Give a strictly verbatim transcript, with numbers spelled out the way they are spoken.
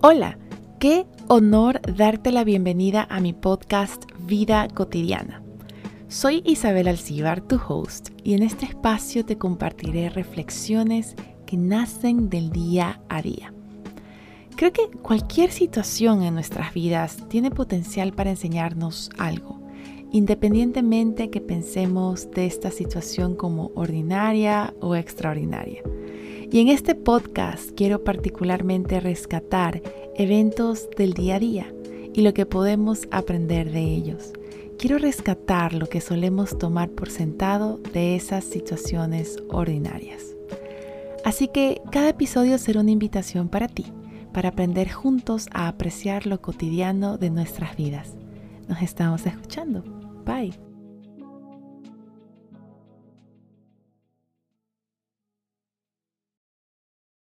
Hola, qué honor darte la bienvenida a mi podcast Vida Cotidiana. Soy Isabel Alcíbar, tu host, y en este espacio te compartiré reflexiones que nacen del día a día. Creo que cualquier situación en nuestras vidas tiene potencial para enseñarnos algo, independientemente que pensemos de esta situación como ordinaria o extraordinaria. Y en este podcast quiero particularmente rescatar eventos del día a día y lo que podemos aprender de ellos. Quiero rescatar lo que solemos tomar por sentado de esas situaciones ordinarias. Así que cada episodio será una invitación para ti, para aprender juntos a apreciar lo cotidiano de nuestras vidas. Nos estamos escuchando. Bye.